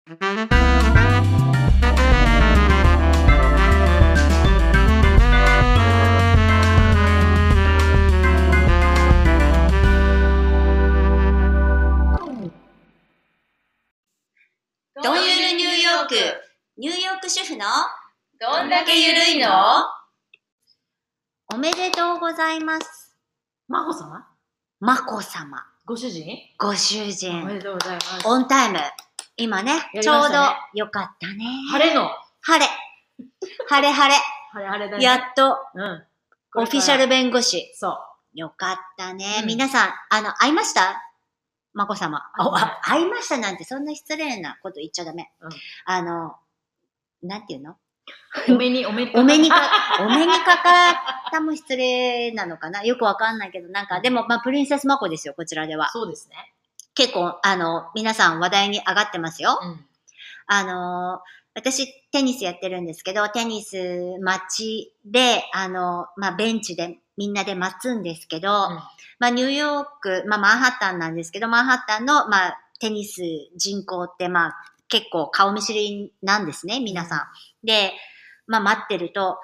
どんゆるニューヨーク、ニューヨーク主婦のどんだけゆるいの？ おめでとうございます。 まこ様？ まこ様。 ご主人？ ご主人。 おめでとうございます。 オンタイム。今ね、ちょうどよかったね。 晴れの。 晴れ。晴れ晴れ。 晴れ晴れだね。 やっと、 オオフィシャル弁護士。 そう。 よかったね。皆さん、会いました？まこ様。会いましたなんてそんな失礼なこと言っちゃダメ。なんていうの？お目にかかったも失礼なのかな、よくわかんないけど、なんか、でも、プリンセスマコですよ、こちらでは。 そうですね。 結構、皆さん話題に上がってますよ。私、テニスやってるんですけど、テニス街で、ベンチでみんなで待つんですけど、ニューヨーク、マンハッタンなんですけど、マンハッタンの、テニス人口って、結構顔見知りなんですね、皆さん。で、待ってると、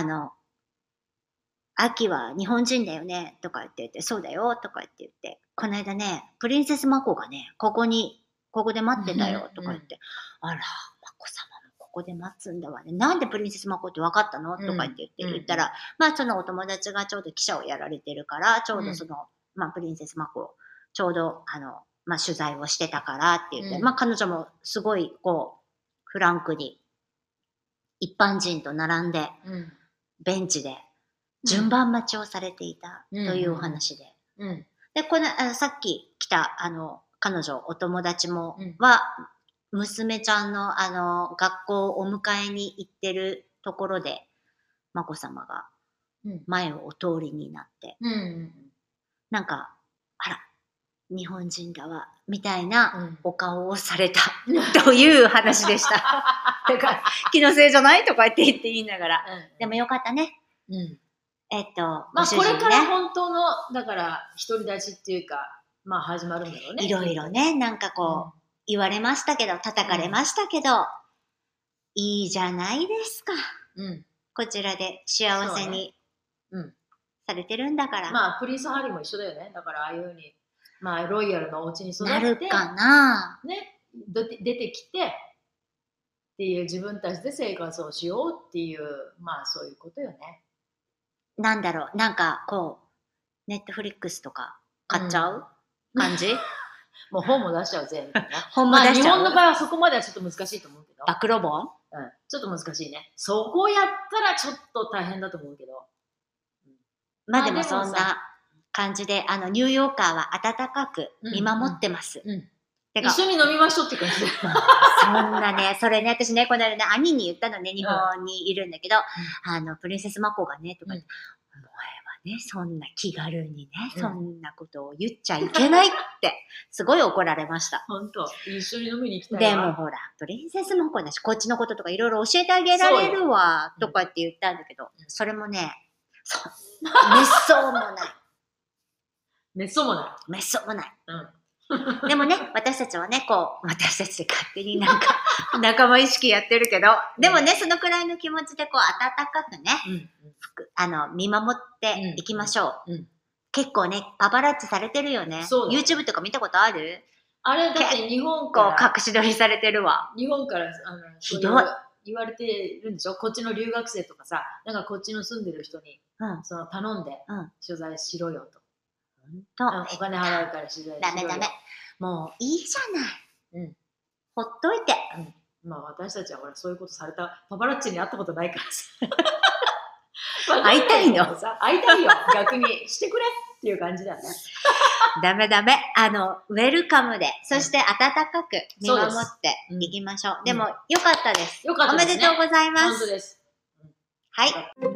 秋は日本人だよね、とか言って、そうだよ、とか言って、この間ね、プリンセスマコがね、ここで待ってたよ、とか言って、あら、マコ様もここで待つんだわね。なんでプリンセスマコって分かったの？とか言ったら、そのお友達がちょうど記者をやられてるから、ちょうどその、プリンセスマコ、ちょうど、取材をしてたからって言って、彼女もすごい、フランクに、一般人と並んで、ベンチで順番待ちをされていたというお話で。で、さっき来た、彼女、お友達は、娘ちゃんの、学校をお迎えに行ってるところで、まこ様が前をお通りになって、なんか、あら、日本人だわ、みたいなお顔をされた、という話でした。だから、気のせいじゃないとか言いながら。でもよかったね。これから本当の、だから、独り立ちっていうか、始まるんだろうね。 いろいろね、なんか言われましたけど、叩かれましたけど、いいじゃないですか。こちらで幸せにされてるんだから。 プリンスハリーも一緒だよね。だから、ああいうふうに、ロイヤルのお家に育って、 なるかな。 ね、出てきて、っていう自分たちで生活をしようっていう、そういうことよね。 なんだろう、なんかネットフリックスとか買っちゃう感じ？ もう本も出しちゃう全部ね。 本も出しちゃう。 日本の場合はそこまではちょっと難しいと思うけど。 暴露本？ ちょっと難しいね。そこやったらちょっと大変だと思うけど。 でもそんな感じで、ニューヨーカーは温かく見守ってます。 一緒に飲みましょうって感じで。 そんなね、それね、私ね、この間ね、兄に言ったのね、日本にいるんだけど、プリンセスマコがね、とか言って、お前はね、そんな気軽にね、そんなことを言っちゃいけないって、すごい怒られました。 本当、一緒に飲みに行きたいでもほら、プリンセスマコだし、こっちのこととかいろいろ教えてあげられるわ、とかって言ったんだけど、それもね、めっそうもない。 めっそうもない。 めっそうもない。でもね、私たちはね、私たちで勝手になんか仲間意識やってるけど、でもね、そのくらいの気持ちで温かくね、見守っていきましょう。結構ね、パパラッチされてるよね。YouTube とか見たことある？ あれ、だって日本から。 隠し撮りされてるわ。 日本から、 ひどい。 言われてるんでしょ？こっちの留学生とかさ、なんかこっちの住んでる人に、頼んで取材しろよと。お金払うから取材しろよ。 ダメ。もういいじゃない。ほっといて。 私たちはほらそういうことされたパパラッチに会ったことないからさ。会いたいの？ 会いたいよ。逆にしてくれっていう感じだよね。 ダメ。ウェルカムで、そして温かく見守っていきましょう。でも、よかったです。 よかったですね。 おめでとうございます。 本当です。 はい。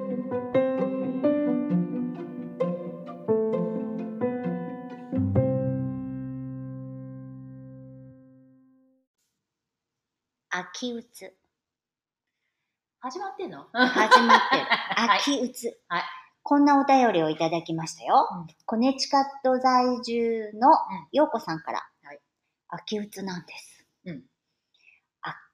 秋うつ。 始まってんの？ 始まってる。秋うつ。 はい。 こんなお便りをいただきましたよ。コネチカット在住のようこさんから。秋うつなんです。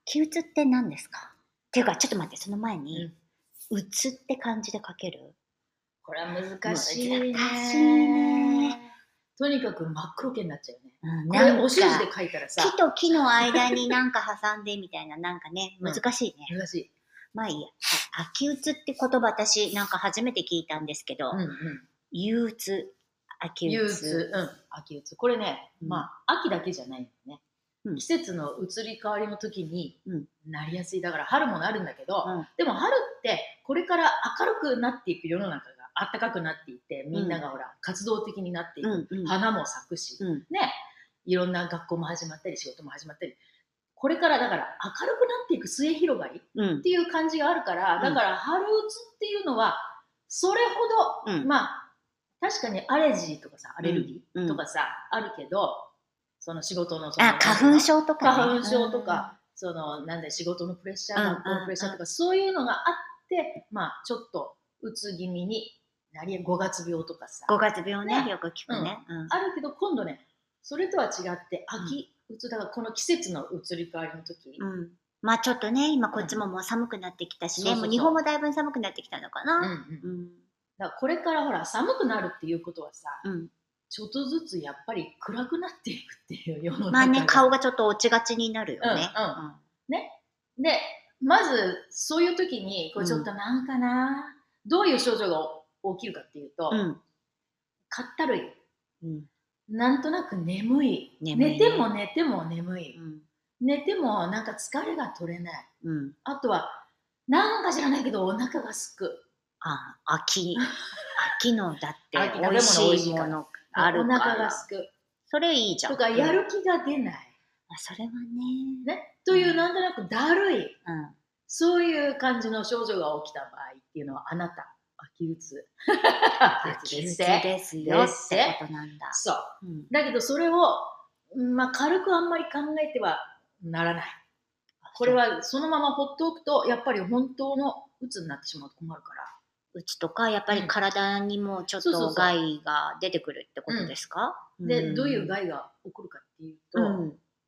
秋鬱って何ですか？っていうか、ちょっと待って、その前に、鬱って漢字で書ける？ これは難しいね。 難しいね。 とにかく真っ黒けになっちゃうよね。 うん、 これお習字で書いたらさ。 木と木の間になんか挟んでみたいな、なんかね、難しいね。 難しい。 まあいいや。秋鬱って言葉、私なんか初めて聞いたんですけど、憂鬱、秋鬱。 憂鬱、秋鬱。これね、まあ、秋だけじゃないんだよね。季節の移り変わりの時になりやすい。だから春もなるんだけど、でも春ってこれから明るくなっていく世の中が暖かくなっていって、みんながほら活動的になっていく、花も咲くし、ね、いろんな学校も始まったり仕事も始まったり、これからだから明るくなっていく末広がりっていう感じがあるから、だから春うつっていうのはそれほど、まあ確かにアレルギーとかさ、アレルギーとかさ、あるけど、その仕事の花粉症とか、ね、 花粉症とか、そのなんで仕事のプレッシャー、学校のプレッシャーとか、そういうのがあって、まあちょっとうつ気味になり、5月病とかさ、 5月病ね、よく聞くね、 あるけど今度ね、それとは違って秋うつ、だからこの季節の移り変わりの時、 まあちょっとね、今こっちももう寒くなってきたしね、もう日本もだいぶ寒くなってきたのかな。 だからこれからほら寒くなるっていうことはさ、ちょっとずつやっぱり暗くなっていくっていう世の中が、 まあね、顔がちょっと落ちがちになるよね。 ね。で、まずそういう時にこれちょっとなんかな、どういう症状が起きるかっていうと、かったるい、なんとなく眠い、寝ても寝ても眠い、寝てもなんか疲れが取れない、あとはなんか知らないけどお腹がすく。 秋のだって美味しいものあるから、 お腹がすく、 それいいじゃん。 とかやる気が出ない、 それはね、というなんとなくだるい、そういう感じの症状が起きた場合っていうのは、あなた秋うつ秋うつですよってことなんだ。 そう、だけどそれを、まあ、軽くあんまり考えてはならない。これはそのまま放っておくとやっぱり本当のうつになってしまうと困るから、 うつとかやっぱり体にもちょっと害が出てくるってことですか？ で、どういう害が起こるかっていうと、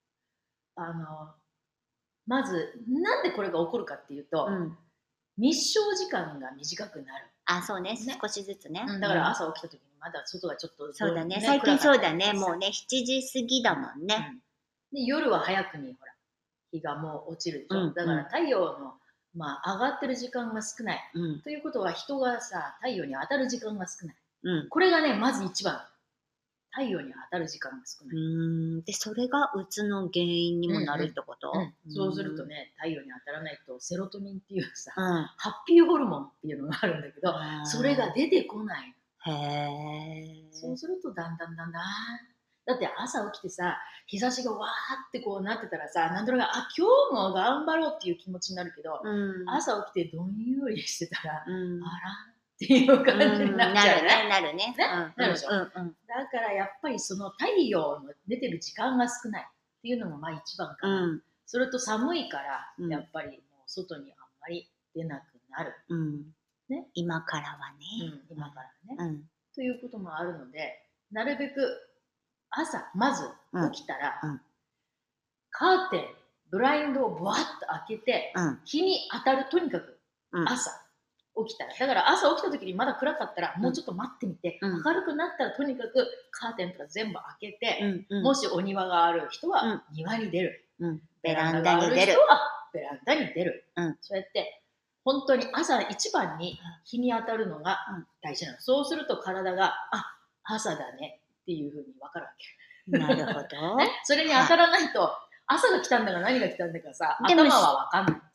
まずなんでこれが起こるかっていうと、日照時間が短くなる。 そうね、少しずつね。 だから朝起きた時にまだ外がちょっと、 そうだね、最近そうだね、もうね7時過ぎだもんね。 で、夜は早くにほら日がもう落ちるでしょ。だから太陽のまあ、上がってる時間が少ない、ということは人がさ太陽に当たる時間が少ない、これがねまず一番、太陽に当たる時間が少ない。 でそれがうつの原因にもなるってこと？ そうするとね、太陽に当たらないとセロトニンっていうさ、ハッピーホルモンっていうのがあるんだけど、それが出てこない。そうするとだんだんだって朝起きてさ、日差しがわーってこうなってたらさ、なんとなく今日も頑張ろうっていう気持ちになるけど、朝起きてどんよりしてたら、あらっていう感じになっちゃうね。 なるね。 なるでしょ。だからやっぱりその太陽の出てる時間が少ないっていうのがまあ一番かな。それと寒いからやっぱりもう外にあんまり出なくなる。 ね、今からはね。 今からね。ということもあるので、なるべく朝まず起きたら、カーテン、ブラインドをブワッと開けて、日に当たる、とにかく朝起きたら、だから朝起きた時にまだ暗かったら、もうちょっと待ってみて、明るくなったらとにかくカーテンとか全部開けて、もしお庭がある人は庭に出る、 ベランダに出る人はベランダに出る、そうやって本当に朝一番に日に当たるのが大事なの。そうすると体が朝だねっていう風に分かるわけ。 なるほど。 それに当たらないと、朝が来たんだか何が来たんだかさ、頭は分かんない。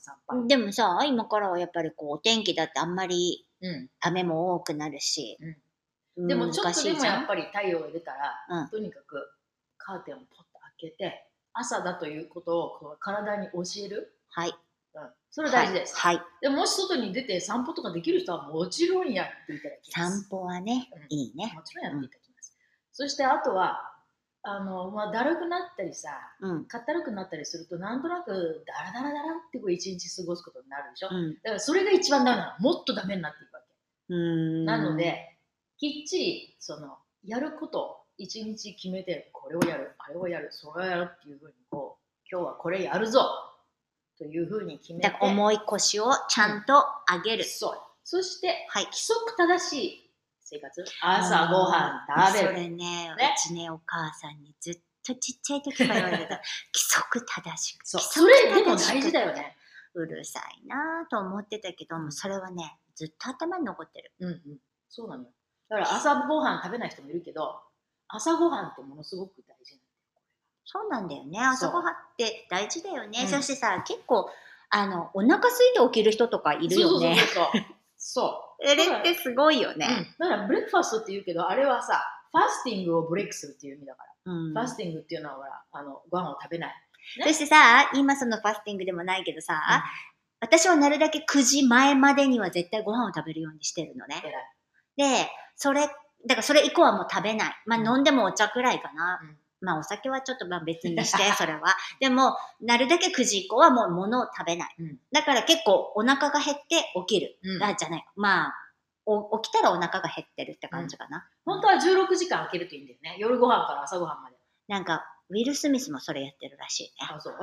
でもさ、今からはやっぱりこうお天気だってあんまり雨も多くなるし、 でもちょっとでもやっぱり太陽が出たら、とにかくカーテンをポッと開けて、朝だということをこう体に教える。それ大事です。でもし外に出て散歩とかできる人はもちろんやっていただきます。 散歩はね、いいね。 もちろんやっていただきます。そしてあとはだるくなったりさ、かったるくなったりすると、なんとなくダラダラダラってこう一日過ごすことになるでしょ。だからそれが一番ダメなの。もっとダメになっていくわけ。なのできっちりやることを一日決めて、これをやる、あれをやる、それをやるっていうふうにこう、今日はこれやるぞというふうに決めて、 だから重い腰をちゃんと上げる。 そう。そして、 はい、 規則正しい生活。朝ごはん食べる。 それね、うちね、お母さんにずっとちっちゃい時から言われてた。規則正しく。 それでも大事だよね。 うるさいなと思ってたけども、それはね、ずっと頭に残ってる。 そうなのよ。だから朝ごはん食べない人もいるけど、朝ごはんってものすごく大事なんだよ。 そうなんだよね。朝ごはんって大事だよね。そしてさ、結構お腹空いて起きる人とかいるよね。 そう。 あれってすごいよね。 だからブレックファストって言うけど、あれはさ、ファスティングをブレイクするっていう意味だから。ファスティングっていうのはほら、ご飯を食べない。 そしてさ、今そのファスティングでもないけどさ、私はなるだけ9時前までには絶対ご飯を食べるようにしてるのね。で、だからそれ以降はもう食べない。まあ飲んでもお茶くらいかな。まあお酒はちょっと別にして、それは。でも、なるだけ9時以降はもう物を食べない。だから結構お腹が減って起きる。じゃない。まあ、起きたらお腹が減ってるって感じかな。 本当は16時間空けるといいんだよね。夜ご飯から朝ご飯まで。 なんか、ウィル・スミスもそれやってるらしいね。 あ、そう。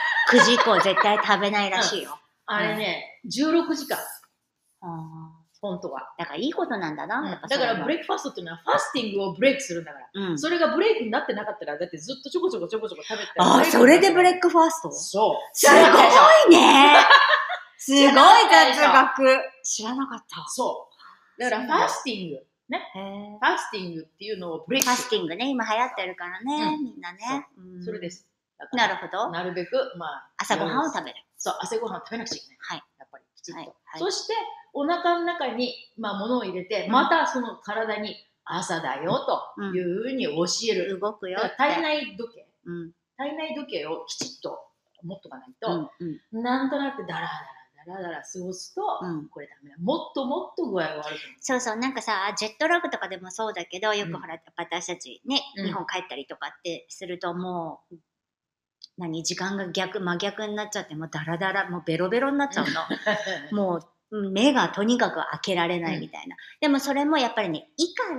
9時以降絶対食べないらしいよ。 あれね、16時間。本当は。 だからいいことなんだな。 だからブレイクファストっていうのはファスティングをブレイクするんだから。それがブレイクになってなかったら、だってずっとちょこちょこ食べてたら。 あ、それでブレイクファスト？ そう。 すごいね。すごい雑学。知らなかった。 そう。だからファスティング。ね。ファスティングっていうのをブレイクする。 ファスティングね、今流行ってるからね、みんなね。 それです。 なるほど。 なるべく、 朝ごはんを食べる。 そう、朝ごはんを食べなくちゃいけない。 はい。 やっぱりきちっと。そして、お腹の中に、物を入れて、またその体に朝だよというふうに教える。 動くよ。 体内時計。体内時計をきちっと持っとかないと、なんとなくダラダラ過ごすと、これダメだ。もっともっと具合が悪くなる。 そうそう、なんかさ、ジェットラグとかでもそうだけど、よくほら、私たちね、日本帰ったりとかってすると、もう、時間が真逆になっちゃって、もうダラダラ、もうベロベロになっちゃうの。もう、目がとにかく開けられないみたいな。でもそれもやっぱりね、胃から、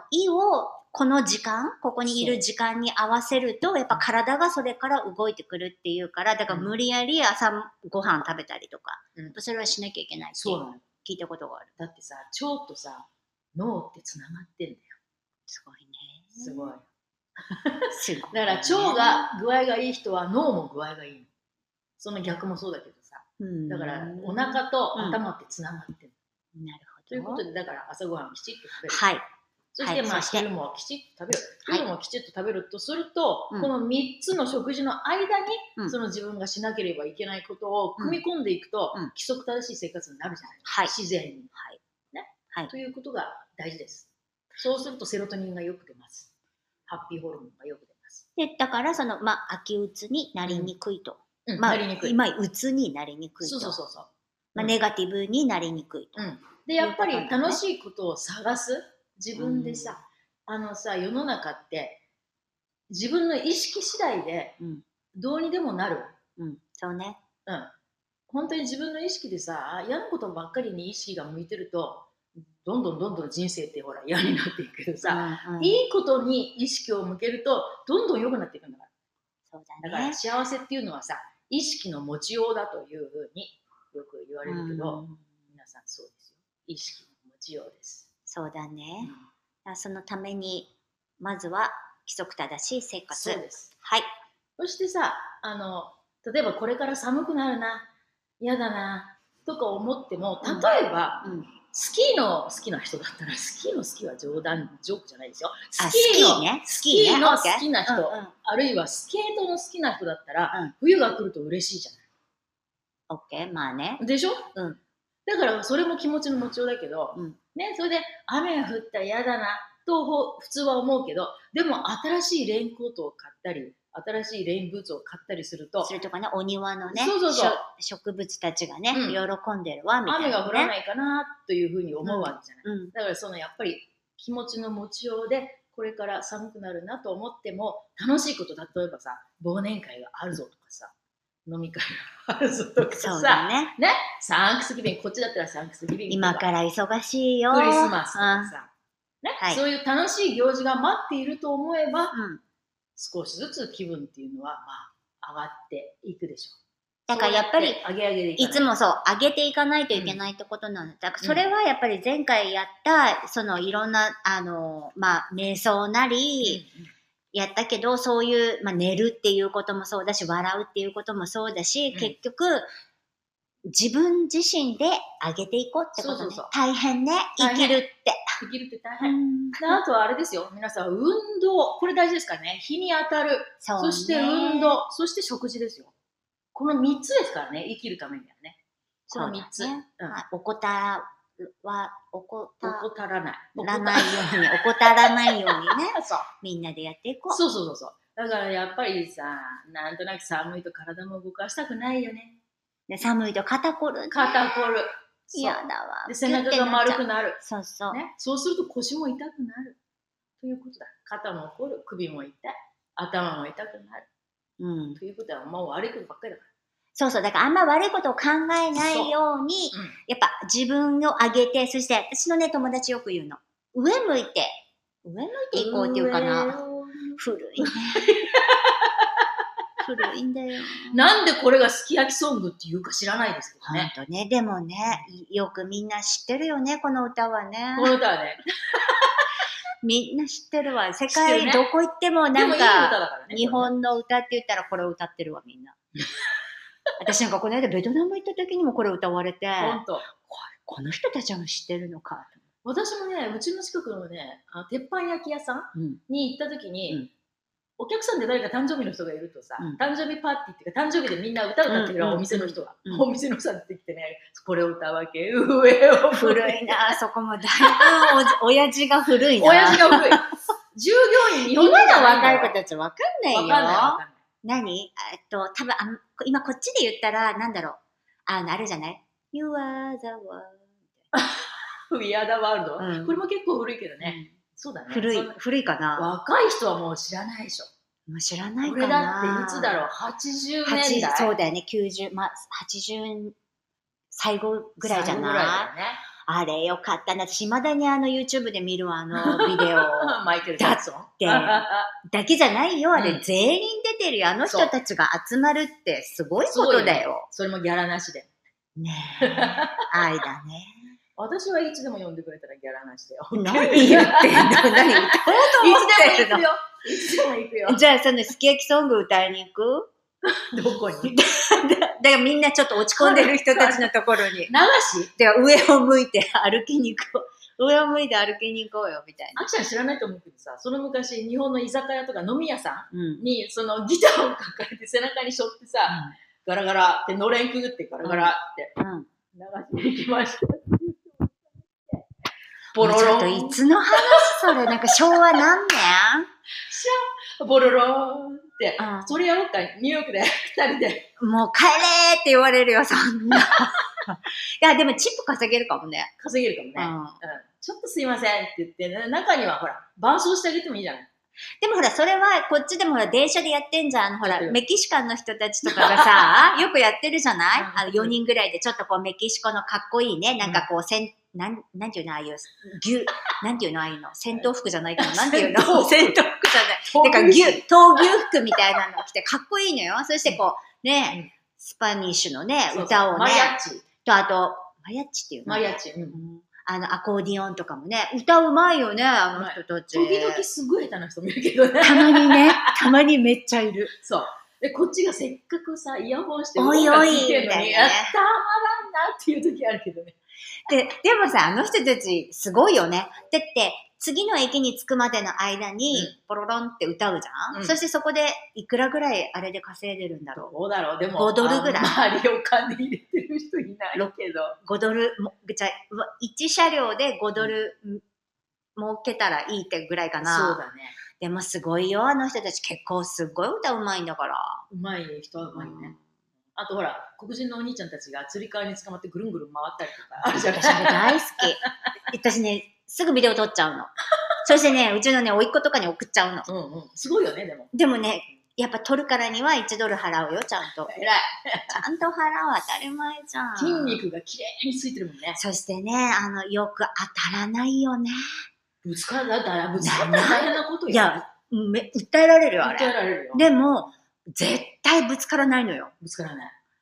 胃をこの時間、ここにいる時間に合わせると、やっぱ体がそれから動いてくるっていうから、だから無理やり朝ご飯食べたりとか、それはしなきゃいけないって聞いたことがある。 だってさ、腸とさ、脳ってつながってんだよ。 すごいね。 すごい。 すごい。 だから腸が具合がいい人は脳も具合がいいの。その逆もそうだけどさ。だからお腹と頭ってつながってる。 なるほど。 ということで、だから朝ごはんきちっと食べる。 はい。 そして昼もきちっと食べる。昼もきちっと食べるとすると、この3つの食事の間に、その自分がしなければいけないことを組み込んでいくと、規則正しい生活になるじゃない。自然に。ね。ということが大事です。そうするとセロトニンがよく出ます。ハッピーホルモンがよく出ます。 で、だから秋うつになりにくいと。 なりにくい。 今、うつになりにくいと。 そう。 ネガティブになりにくいと。 で、やっぱり楽しいことを探す。自分でさ、世の中って自分の意識次第でどうにでもなる。 そうね。 本当に自分の意識でさ、嫌なことばっかりに意識が向いてると、どんどん人生ってほら嫌になっていくけどさ、いいことに意識を向けるとどんどん良くなっていくんだから。 そうだね。 だから幸せっていうのはさ、意識の持ちようだというふうによく言われるけど、皆さんそうですよ。意識の持ちようです。 そうだね。そのためにまずは規則正しい生活。 そうです。 はい。 そしてさ、例えばこれから寒くなるな、嫌だなとか思っても、例えば、スキーの好きな人だったら、スキーの好きはジョークじゃないですよ。スキーの好きな人、あるいはスケートの好きな人だったら、冬が来ると嬉しいじゃない。 オッケー、まあね。 でしょ？だからそれも気持ちの持ちようだけど、ね、それで雨が降ったら嫌だなと普通は思うけど、でも新しいレインコートを買ったり、新しいレインブーツを買ったりすると、 それとかね、お庭のね、植物たちがね、喜んでるわみたいな、 雨が降らないかなというふうに思うわけじゃない。だからやっぱり気持ちの持ちようで、これから寒くなるなと思っても、楽しいこと、例えばさ、忘年会があるぞとかさ、飲み会があるぞとかさ、 そうだね。 サンクスギビング、こっちだったらサンクスギビング今から忙しいよ。 クリスマスとかさ、そういう楽しい行事が待っていると思えば、少しずつ気分っていうのは上がっていくでしょだからやっぱりいつもそう上げていかないといけないってことなんだ。だからそれはやっぱり前回やったそのいろんな瞑想なりやったけど、そういう、寝るっていうこともそうだし、笑うっていうこともそうだし、結局自分自身で上げていこうってことね。大変ね、生きるって大変。あとはあれですよ、皆さん運動、これ大事ですからね。日に当たる、そして運動、そして食事ですよ。この3つですからね、生きるためにはね。この3つ。 怠らないようにねみんなでやっていこう。 そうだからやっぱりさ、なんとなく寒いと体も動かしたくないよね。 で寒いと肩こる。嫌だわ。 で背中が丸くなる。 そうすると腰も痛くなるということだ。肩も凝る、首も痛い、頭も痛くなる、ということはもう悪いことばっかりだから。 そうだからあんま悪いことを考えないように、やっぱ自分を上げて、そして私のね友達よく言うの、上向いていこうっていうかな。古いね古いんだよ。 なんでこれがすき焼きソングっていうか知らないですけどね。 ほんとね。でもね、よくみんな知ってるよね、この歌はね。 この歌はね。 みんな知ってるわ。世界どこ行ってもなんか、日本の歌って言ったらこれを歌ってるわ、みんな。私なんかこの間ベトナム行った時にもこれ歌われて、この人たちも知ってるのか。 私もね、うちの近くのね、鉄板焼き屋さんに行った時に、お客さんで誰か誕生日の人がいるとさ、誕生日パーティーっていうか誕生日でみんな歌ってくるお店の人が、お店の人が出てきてね、これを歌うわけ、上を古いな、そこもだいぶ親父が古いな。 親父が古い。従業員日本人今の若い子たちわかんないよ。 わかんない。 何？多分今こっちで言ったらなんだろう、あれじゃない？ You are the world。We are the world。これも結構古いけどね。そうだね。 古いかな。 若い人はもう知らないでしょ。 もう知らないかな。 これだっていつだろう、80年代。 そうだよね、90、80最後ぐらいじゃない？あれよかったな。私未だにYouTube で見るビデオ。 マイケル・ジャクソン。 だけじゃないよ。あれ全員出てるよ。あの人たちが集まるってすごいことだよ。 それもギャラなしで。 ねえ。愛だね。 私はいつでも呼んでくれたらギャラなしで。 何言ってんの？何歌おうと思ってるの？ いつでも行くよ。 じゃあそのすき焼きソング歌いに行く？ どこに？ だからみんなちょっと落ち込んでる人たちのところに。 流し？ では上を向いて歩きに行こう。上を向いて歩きに行こうよみたいな。 あきちゃん知らないと思うけどさ、その昔日本の居酒屋とか飲み屋さんに、そのギターを抱えて背中に背負ってさ、ガラガラってのれんくぐってガラガラって流していきました。 ボロロン。ちょっといつの話それ？なんか昭和何年？ ボロロンって、それやろうか、ニューヨークで2人で。 もう帰れーって言われるよ、そんな。いや、でもチップ稼げるかもね。 稼げるかもね。ちょっとすいませんって言って、ね、中にはほら、伴奏してあげてもいいじゃない。 でもほら、それは、こっちでもほら、電車でやってんじゃん。ほら、メキシカンの人たちとかがさ、よくやってるじゃない？4人ぐらいでちょっとこう、メキシコのかっこいいね、なんかこう、なんていうの、ああいう、なんていうの、ああいうの、戦闘服じゃないかな、なんていうの、戦闘服じゃない。なんか闘牛服みたいなの着て、かっこいいのよ。そしてこう、ね、スパニッシュのね、歌をね、 マリアッチ。 と、あと、マリアッチっていうの？ マリアッチ。 アコーディオンとかもね、歌うまいよね、あの人たち。 時々すごい下手な人もいるけどね。 たまにめっちゃいる。 そう。で、こっちがせっかくさ、イヤホンしておいおいみたいな、 ね。たまらんなっていう時あるけどね。 でもさ、あの人たちすごいよね。だって、次の駅に着くまでの間に、ポロロンって歌うじゃん、そしてそこでいくらぐらいあれで稼いでるんだろう。 どうだろう、でも。 5ドルぐらい。 周りお金入れてる人いないけど。 5ドル、じゃ1車両で5ドル儲けたらいいってぐらいかな。 そうだね。 でもすごいよ、あの人たち結構すっごい歌うまいんだから。 うまい人はうまいね。あとほら、黒人のお兄ちゃんたちがつり革に捕まってぐるんぐるん回ったりとかあるじゃない。 私大好き。私ね、すぐビデオ撮っちゃうの。そしてね、うちのね、甥っ子とかに送っちゃうの。 すごいよね、でも。 でもね、やっぱ撮るからには1ドル払うよ、ちゃんと。 偉い。 ちゃんと払う、当たり前じゃん。 筋肉がきれいについてるもんね。 そしてね、よく当たらないよね。 ぶつかったら大変なことよ。 いや、訴えられるよ、あれ。 訴えられるよ。 でも、絶対ぶつからないのよ。 ぶつからない。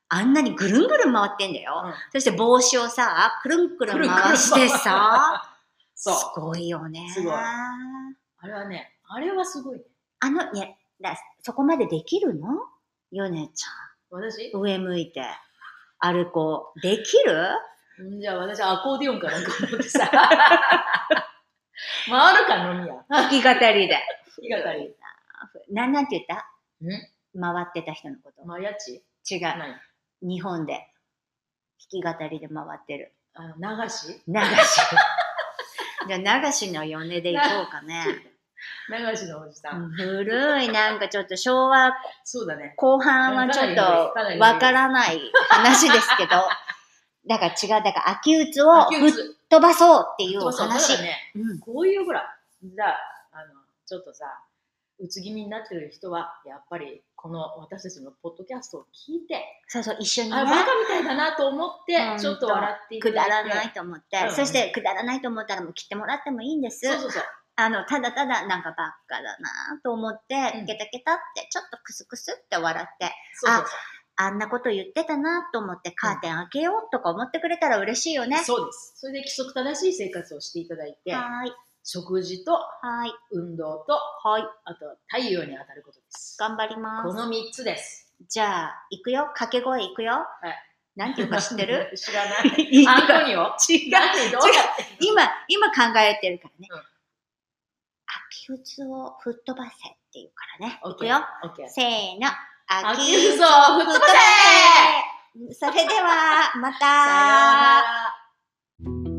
あんなにぐるんぐるん回ってんだよ。そして帽子をさ、くるんくるん回してさ、すごいよね。 すごい。あれはね、あれはすごいね。 ね、そこまでできるの？ヨネちゃん。 私？ 上向いて歩こう。できる？ じゃあ私アコーディオンかなんか思ってさ。回るか飲み屋。 弾き語りで。 弾き語り。 なんて言った？回ってた人のこと。 マリアッチ？ 違う。日本で弾き語りで回ってる。 流し？ じゃあ流しの米で行こうかね。 流しのおじさん。 古い、なんかちょっと昭和そうだね。 後半はちょっとわからない話ですけど、だから違う、だから秋うつを吹っ飛ばそうっていうお話。 こういうほら、じゃあ、ちょっとさ、うつ気味になってる人は、やっぱりこの私たちのポッドキャストを聞いて、 そう一緒にね。 バカみたいだなと思って、ちょっと笑っていただいて。 くだらないと思って、そしてくだらないと思ったらもう切ってもらってもいいんです。 そう。 ただただなんかバカだなと思って、ケタケタってちょっとクスクスって笑って、あんなこと言ってたなと思ってカーテン開けようとか思ってくれたら嬉しいよね。 そうです。それで規則正しい生活をしていただいて、食事と、運動と、あと太陽に当たることです。 頑張ります。 この3つです。 じゃあ、行くよ。掛け声行くよ。なんていうか知ってる？ 知らない。アントニオ？違う。 今考えてるからね。秋うつを吹っ飛ばせっていうからね。行くよ。せーの。秋うつを吹っ飛ばせ！それでは、また。 さようなら。